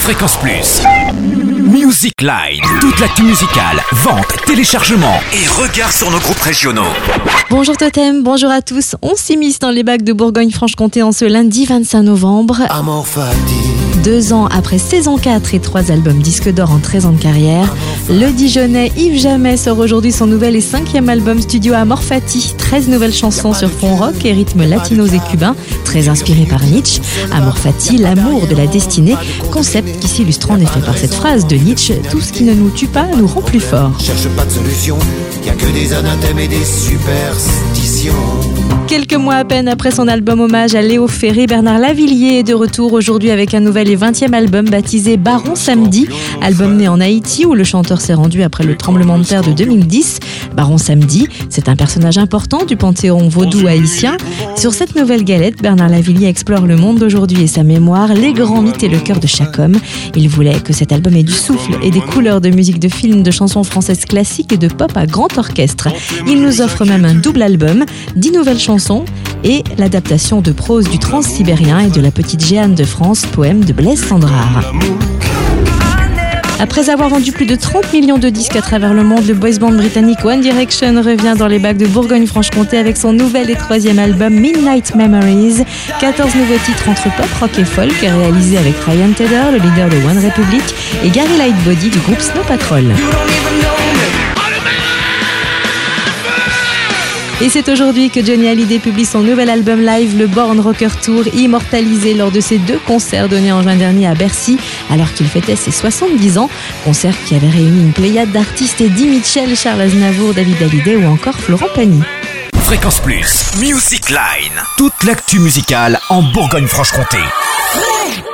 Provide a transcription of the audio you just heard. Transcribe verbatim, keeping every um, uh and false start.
Fréquence Plus. Music Line. Toute l'actu musicale, vente, téléchargement et regard sur nos groupes régionaux. Bonjour Totem, bonjour à tous. On s'immisce dans les bacs de Bourgogne-Franche-Comté en ce lundi vingt-cinq novembre. Amor fati. Deux ans après saison quatre et trois albums disques d'or en treize ans de carrière, le Dijonnais Yves Jamais sort aujourd'hui son nouvel et cinquième album studio Amor fati. treize nouvelles chansons sur fond rock et rythmes latinos et cubains, très inspirés par Nietzsche. Amor fati, l'amour de la destinée, concept qui s'illustre en effet par cette phrase de Nietzsche: tout ce qui ne nous tue pas nous rend plus forts. Cherche pas de solution, y a que des anathèmes et des superstitions. Quelques mois à peine après son album hommage à Léo Ferré, Bernard Lavilliers est de retour aujourd'hui avec un nouvel et vingtième album baptisé Baron Samedi, album né en Haïti où le chanteur s'est rendu après le tremblement de terre de deux mille dix. Baron Samedi, c'est un personnage important du panthéon vaudou haïtien. Sur cette nouvelle galette, Bernard Lavilliers explore le monde d'aujourd'hui et sa mémoire, les grands mythes et le cœur de chaque homme. Il voulait que cet album ait du souffle et des couleurs de musique de film, de chansons françaises classiques et de pop à grand orchestre. Il nous offre même un double album, dix nouvelles chansons et l'adaptation de prose du Transsibérien et de La Petite Jeanne de France, poème de Blaise Sandrard. Après avoir vendu plus de trente millions de disques à travers le monde, le boys band britannique One Direction revient dans les bacs de Bourgogne-Franche-Comté avec son nouvel et troisième album Midnight Memories. quatorze nouveaux titres entre pop, rock et folk, réalisés avec Ryan Tedder, le leader de One Republic, et Gary Lightbody du groupe Snow Patrol. Et c'est aujourd'hui que Johnny Hallyday publie son nouvel album live, le Born Rocker Tour, immortalisé lors de ses deux concerts donnés en juin dernier à Bercy, alors qu'il fêtait ses soixante-dix ans. Concert qui avait réuni une pléiade d'artistes: Eddie Mitchell, Charles Aznavour, David Hallyday ou encore Florent Pagny. Fréquence Plus, Music Line. Toute l'actu musicale en Bourgogne-Franche-Comté.